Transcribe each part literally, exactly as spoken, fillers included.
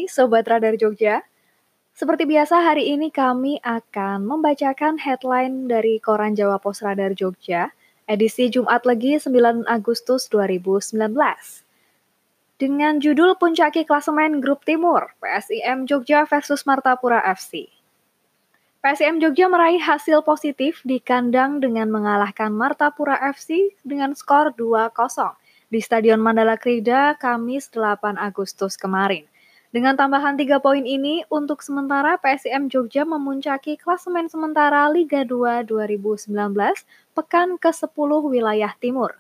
Sobat Radar Jogja. Seperti biasa hari ini kami akan membacakan headline dari Koran Jawa Pos Radar Jogja, edisi Jumat Legi sembilan Agustus dua ribu sembilan belas. Dengan judul Puncaki Klasemen Grup Timur, P S I M Jogja versus Martapura F C. P S I M Jogja meraih hasil positif di kandang dengan mengalahkan Martapura F C dengan skor dua kosong di Stadion Mandala Krida Kamis delapan Agustus kemarin. Dengan tambahan tiga poin ini, untuk sementara P S I M Jogja memuncaki klasemen sementara Liga dua dua ribu sembilan belas pekan ke sepuluh wilayah timur.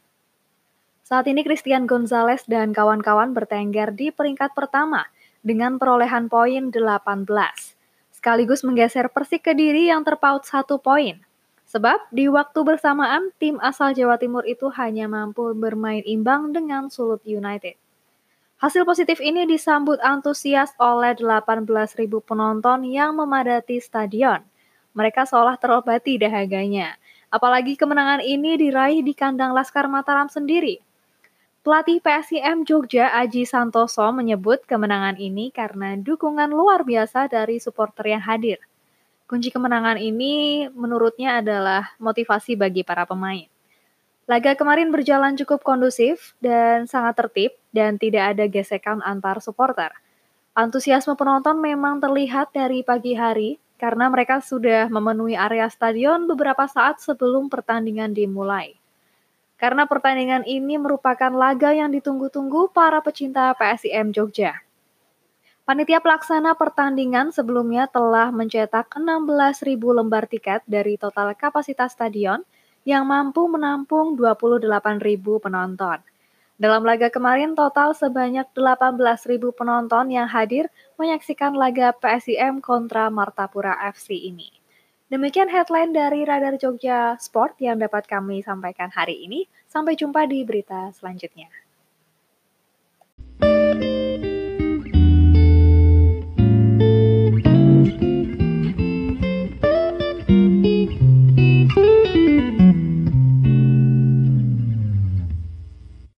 Saat ini Christian Gonzalez dan kawan-kawan bertengger di peringkat pertama dengan perolehan poin delapan belas, sekaligus menggeser Persik Kediri yang terpaut satu poin. Sebab di waktu bersamaan tim asal Jawa Timur itu hanya mampu bermain imbang dengan Sulut United. Hasil positif ini disambut antusias oleh delapan belas ribu penonton yang memadati stadion. Mereka seolah terobati dahaganya. Apalagi kemenangan ini diraih di kandang Laskar Mataram sendiri. Pelatih P S I M Jogja Aji Santoso menyebut kemenangan ini karena dukungan luar biasa dari supporter yang hadir. Kunci kemenangan ini menurutnya adalah motivasi bagi para pemain. Laga kemarin berjalan cukup kondusif dan sangat tertib dan tidak ada gesekan antar supporter. Antusiasme penonton memang terlihat dari pagi hari karena mereka sudah memenuhi area stadion beberapa saat sebelum pertandingan dimulai. Karena pertandingan ini merupakan laga yang ditunggu-tunggu para pecinta P S I M Jogja. Panitia pelaksana pertandingan sebelumnya telah mencetak enam belas ribu lembar tiket dari total kapasitas stadion yang mampu menampung dua puluh delapan ribu penonton. Dalam laga kemarin total sebanyak delapan belas ribu penonton yang hadir menyaksikan laga P S I M kontra Martapura F C ini. Demikian headline dari Radar Jogja Sport yang dapat kami sampaikan hari ini. Sampai jumpa di berita selanjutnya.